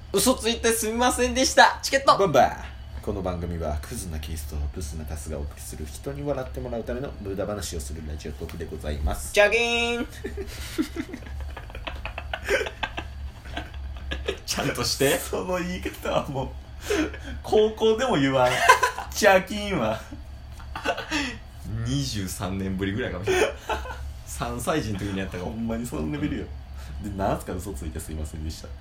嘘ついてすみませんでした。チケットバンバー。この番組はクズなキリストとブスなタスがお送りする人に笑ってもらうための無駄話をするラジオトークでございます。 ジャギーンちゃんとしてその言い方はもう高校でも言わんチャキンは 23年ぶりぐらいかもしれない3歳児の時にやったかも。 ほんまにそのレベルよ、で、なんすか嘘ついてすいませんでしたって。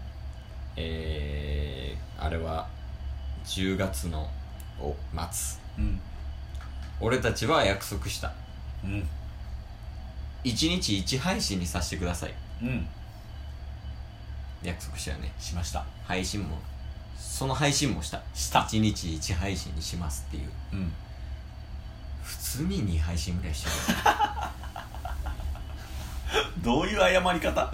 あれは10月の末、俺たちは約束した。1日1配信にさせてください。約束したよね。 しました。 配信もその配信もした1日1配信にしますっていう。普通に2配信ぐらいしてるどういう謝り方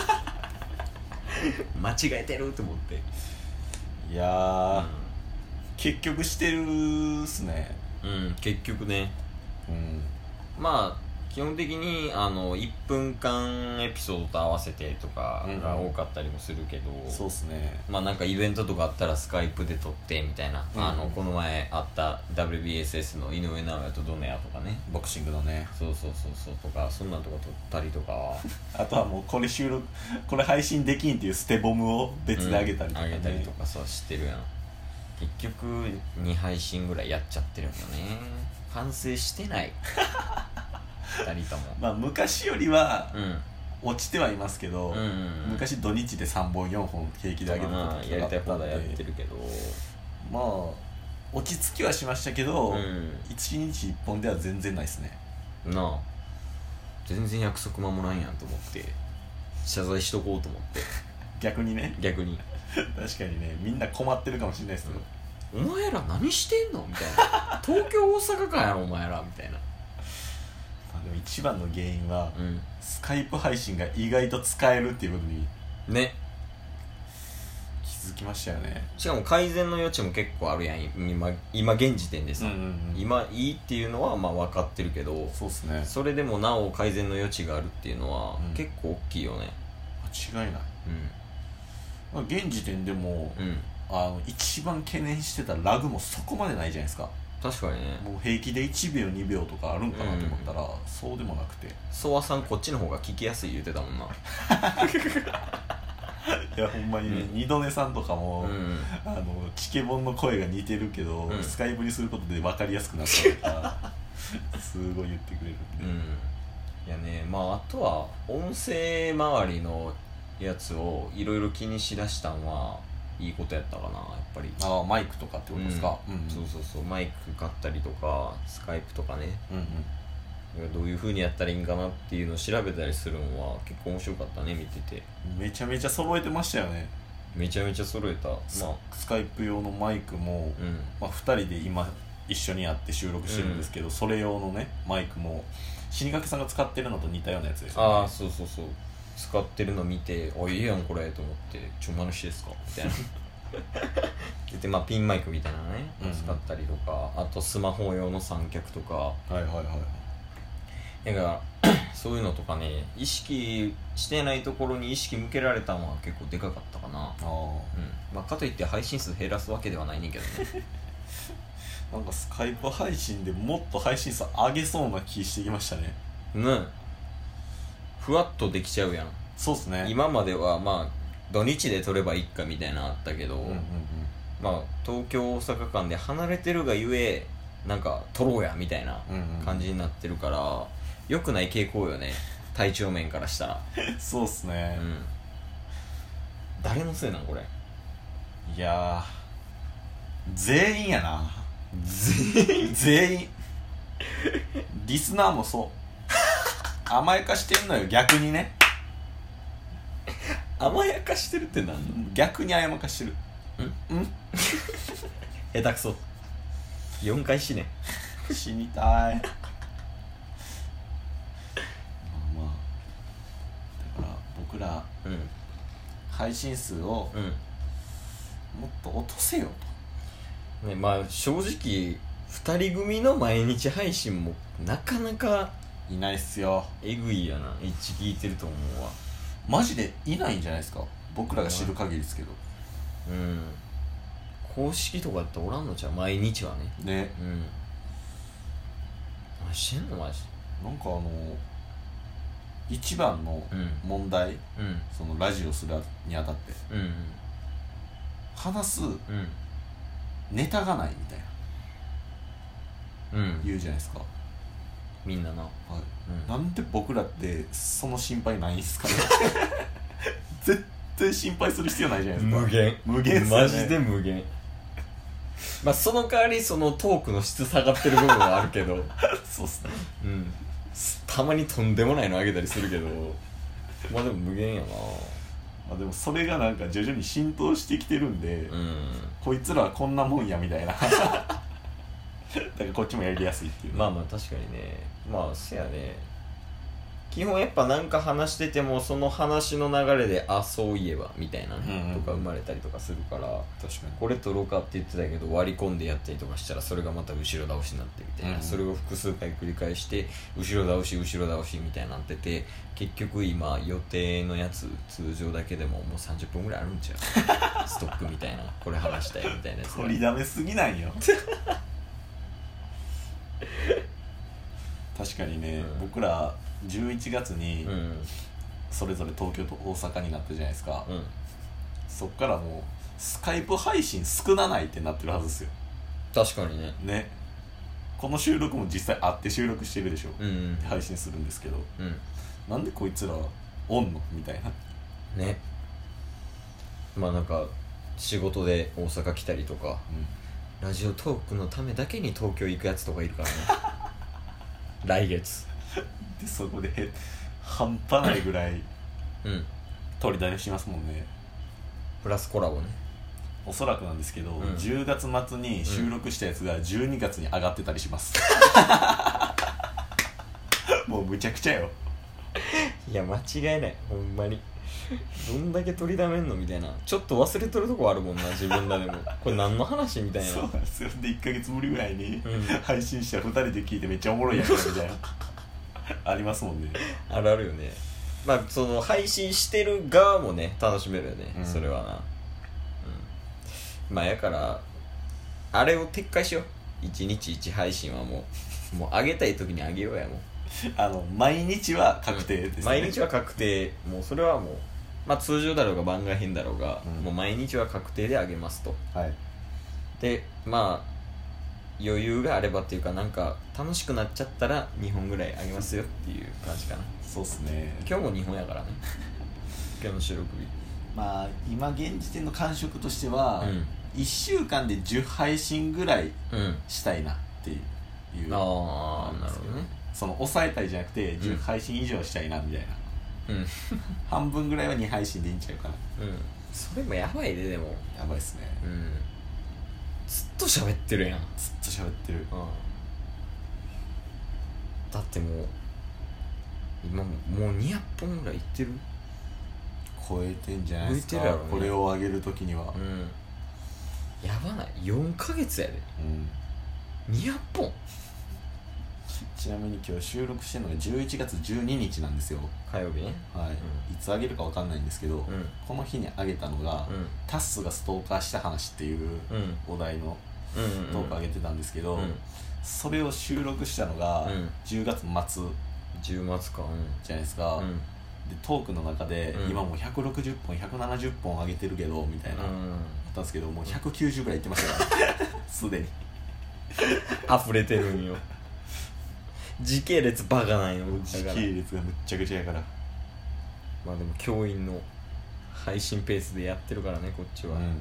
間違えてると思って。 いやー、結局してるっすね。 結局ね。まあ基本的に1分間エピソードと合わせてとかが多かったりもするけど、 そうっすね。 まあなんかイベントとかあったらスカイプで撮ってみたいな、この前あった WBSS の井上尚弥とドネアとかね、 ボクシングのね。 そうとか、そんなんとか撮ったりとかあとはもうこれ配信できんっていうステボムを別であげたりとかね、 あげたりとかさしてるやん。結局2配信ぐらいやっちゃってるんよね。反省してない2人とも。 まあ昔よりは落ちてはいますけど、昔土日で3本4本平気であげてた時やりたい放があったんで、 題やってるけど、 まあ落ち着きはしましたけど、1日1本では全然ないですね。 なあ、全然約束守らんやんと思って謝罪しとこうと思って逆にね。 逆に確かにね、みんな困ってるかもしれないですけど、 お前ら何してんのみたいな東京大阪かやろお前らみたいな。 まあ、でも一番の原因は、スカイプ配信が意外と使えるっていうことにね、 気づきましたよね。 しかも改善の余地も結構あるやん。今現時点でさ、今いいっていうのはまあ分かってるけど、 そうっすね。 それでもなお改善の余地があるっていうのは、結構大きいよね。 間違いない。まあ、現時点でも、一番懸念してたラグもそこまでないじゃないですか。 確かにね。 もう平気で1秒2秒とかあるんかなと思ったら、そうでもなくて、 ソワさんこっちの方が聞きやすい言うてたもんな。 いやほんまにね、二度寝さんとかも、チケボンの声が似てるけど、スカイプにすることで分かりやすくなったとかすごい言ってくれるんで、 いやね、まああとは音声周りのやつをいろいろ気にしだしたんはいいことやったかな、やっぱり。 マイクとかってことですか。 そうマイク買ったりとかスカイプとかね、どういう風にやったらいいんかなっていうのを調べたりするのは結構面白かったね、見てて。 めちゃめちゃ揃えてましたよね。 めちゃめちゃ揃えた。 スカイプ用のマイクも、2人で今一緒にやって収録してるんですけど、それ用のねマイクも死にかけさんが使ってるのと似たようなやつですよね。 そう使ってるの見て、いいやんこれと思って、マルシですかみたいなで、まあ、ピンマイクみたいなのね、使ったりとか、あとスマホ用の三脚とか、だからそういうのとかね、意識してないところに意識向けられたのは結構でかかったかな。まあ、かといって配信数減らすわけではないねんけどねなんかスカイプ配信でもっと配信数上げそうな気してきましたね。 ふわっとできちゃうやん。 そうっすね。 今まではまあ土日で撮ればいいかみたいなのあったけど、まあ東京大阪間で離れてるがゆえ、なんか撮ろうやみたいな感じになってるから、良くない傾向よね、体調面からしたらそうっすね。 誰のせいなんこれ。 いやー、全員やな。全員リスナーもそう甘やかしてんのよ、逆にね。 甘やかしてるってなんの？ 逆に甘やかしてる。 下手くそ。4回死ね。 死にたいまあだから僕ら、配信数をもっと落とせよと、 ね、まあ正直2人組の毎日配信もなかなかいないっすよ。 えぐいやな。一致聞いてると思うわ。 マジでいないんじゃないですか。 僕らが知る限りですけどうん公式とかっておらんのちゃう毎日はねね。 うん何してんのマジなんか一番の問題、 うんそのラジオするにあたってうん話すうんネタがないみたいなうん言うじゃないですか、 みんななはいうんなんで僕らってその心配ないんすかね絶対心配する必要ないじゃないですか。 無限無限っすよねマジで無限まあその代わりそのトークの質下がってる部分はあるけどそうっすね。 うんたまにとんでもないのあげたりするけどまあでも無限やなまあ、でもそれがなんか徐々に浸透してきてるんで、 うんこいつらはこんなもんやみたいなだからこっちもやりやすいっていう、 まあまあ確かにねまあせやね基本やっぱなんか話しててもその話の流れであそういえばみたいなね、 うんうんとか生まれたりとかするから確かにこれ取ろうかって言ってたけど割り込んでやったりとかしたらそれがまた後ろ倒しになってみたいな、 うんそれを複数回繰り返して後ろ倒しみたいになってて結局今予定のやつ通常だけでももう30分ぐらいあるんちゃうストックみたいなこれ話したいみたいなやつが取りだめすぎないよ確かにね、 うん僕ら11月にうんそれぞれ東京と大阪になったじゃないですか、 うんそっからもうスカイプ配信少なないってなってるはずですよ確かにねね。この収録も実際会って収録してるでしょ、 うん配信するんですけど、 うんなんでこいつらおんのみたいな。 ねまあなんか仕事で大阪来たりとかラジオトークのためだけに東京行くやつとかいるからね来月でそこで半端ないぐらいうん取りだめしますもんね。 プラスコラボねおそらくなんですけど、 ん 10月末に収録したやつが12月に上がってたりします、もうむちゃくちゃよ。 いや間違いないほんまにどんだけ取りだめんのみたいなちょっと忘れとるとこあるもんな自分らでもこれ何の話みたいなそうなんですよ。で1ヶ月ぶりぐらいに、 うん配信したら2人で聞いてめっちゃおもろいやつみたいなありますもんね。 あるあるよねまあその配信してる側もね楽しめるよね、 うんそれはなまあやからあれを撤回しよう1日1配信はもう上げたい時に上げようやもう毎日は確定ですね、 毎日は確定もうそれはもうまあ通常だろうが番外編だろうが、 うんもう毎日は確定で上げますとはい。 でまあ余裕があればっていうかなんか楽しくなっちゃったら2本ぐらい上げますよっていう感じかなそうっすね。 今日も2本やからね今日の収録日まあ今現時点の感触としては、 うん 1週間で10配信ぐらいうんしたいなっていうああなるほどねその抑えたいじゃなくて10 うん配信以上したいなみたいな、 うん半分ぐらいは2配信でいいんちゃうかな。 うんそれもやばいでもやばいっすね。 うんずっと喋ってるやんずっと喋ってる。 だってもう今もう200本ぐらいいってる超えてんじゃないですか、 超えてるやろねこれを上げるときには。 うんやばない4ヶ月やで200本ちなみに今日収録してるのが11月12日なんですよ。 火曜日ねはい、いつ上げるかわかんないんですけど、 うんこの日に上げたのが、 うんタッスがストーカーした話っていううんお題のうんうんトーク上げてたんですけど、 うんそれを収録したのがうん 10月末 10月かじゃないですか、 うんでトークの中で、 うん今もう160本170本上げてるけどみたいな、あったんですけどもう190ぐらいいってましたからすでに溢れてるんよ時系列バカなんよ時だから系列がむっちゃくちゃやから。 まあでも教員の配信ペースでやってるからねこっちは、 うん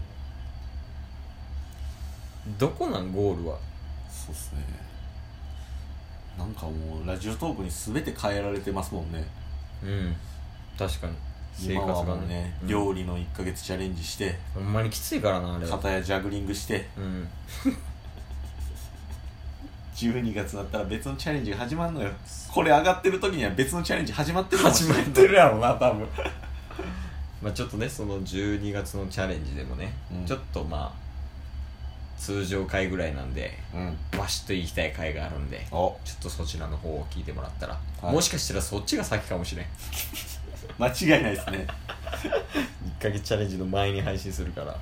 どこなんゴールはそうっすね。なんかもうラジオトークに全て変えられてますもんね。 うん確かに生今は活がねもうね、 うん料理の1ヶ月チャレンジしてほんまにきついからなあれは片やジャグリングしてうん 12月になったら別のチャレンジが始まるのよ。これ上がってる時には別のチャレンジ始まってるかもし始れないまってるやろな多分まあちょっとねその12月のチャレンジでもね、 うんちょっとまあ通常回ぐらいなんでうんバシッと行きたい回があるんでおちょっとそちらの方を聞いてもらったら、 はいもしかしたらそっちが先かもしれん間違いないですね。 1ヶ月チャレンジの前に配信するから。いや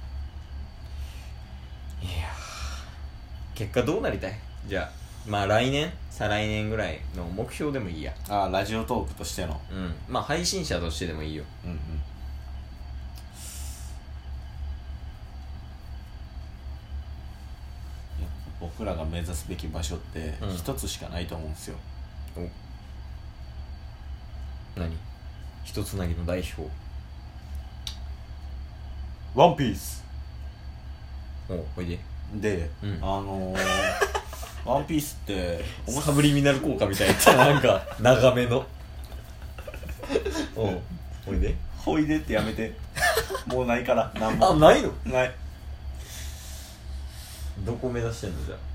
結果どうなりたい？じゃあまあ来年再来年ぐらいの目標でもいいや。 ああ、ラジオトークとしての。 まあ配信者としてでもいいよ。 うんうん。僕らが目指すべき場所って一つしかないと思うんですよ。 何？一つなぎの代表。 ワンピースおいで。 で、ワンピースってサブリミナル効果みたいななんか長めのおいで。 ほいでってやめてもうないから何も。あ、ないの？ ない。 どこ目指してんの？じゃあ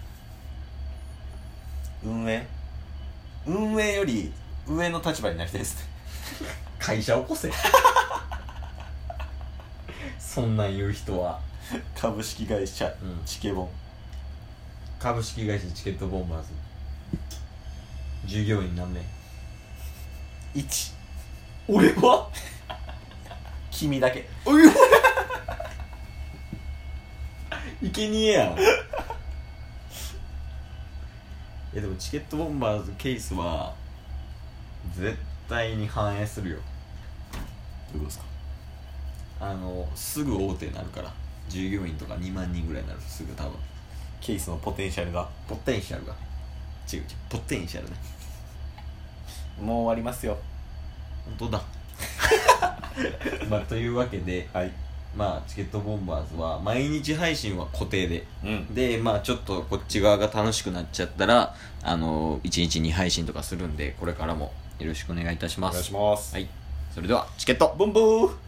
運営より上の立場になりたいですね。 会社起こせそんなん言う人は。 株式会社、チケボン。 株式会社チケットボンバーズ。従業員何名？1。俺は君だけ。 いけにえやんでもチケットボンバーズケースは絶対に反映するよ。 どういうことですか？ すぐ大手になるから。従業員とか2万人ぐらいになる。すぐ多分ケースのポテンシャルが。 ポテンシャルが違うポテンシャルね。 もう終わりますよ。 本当だまあというわけで、 はい、 まあチケットボンバーズは毎日配信は固定で、 でまあちょっとこっち側が楽しくなっちゃったら1日に配信とかするんで、これからもよろしくお願いいたします。 お願いします。 はい、それではチケットボンボー。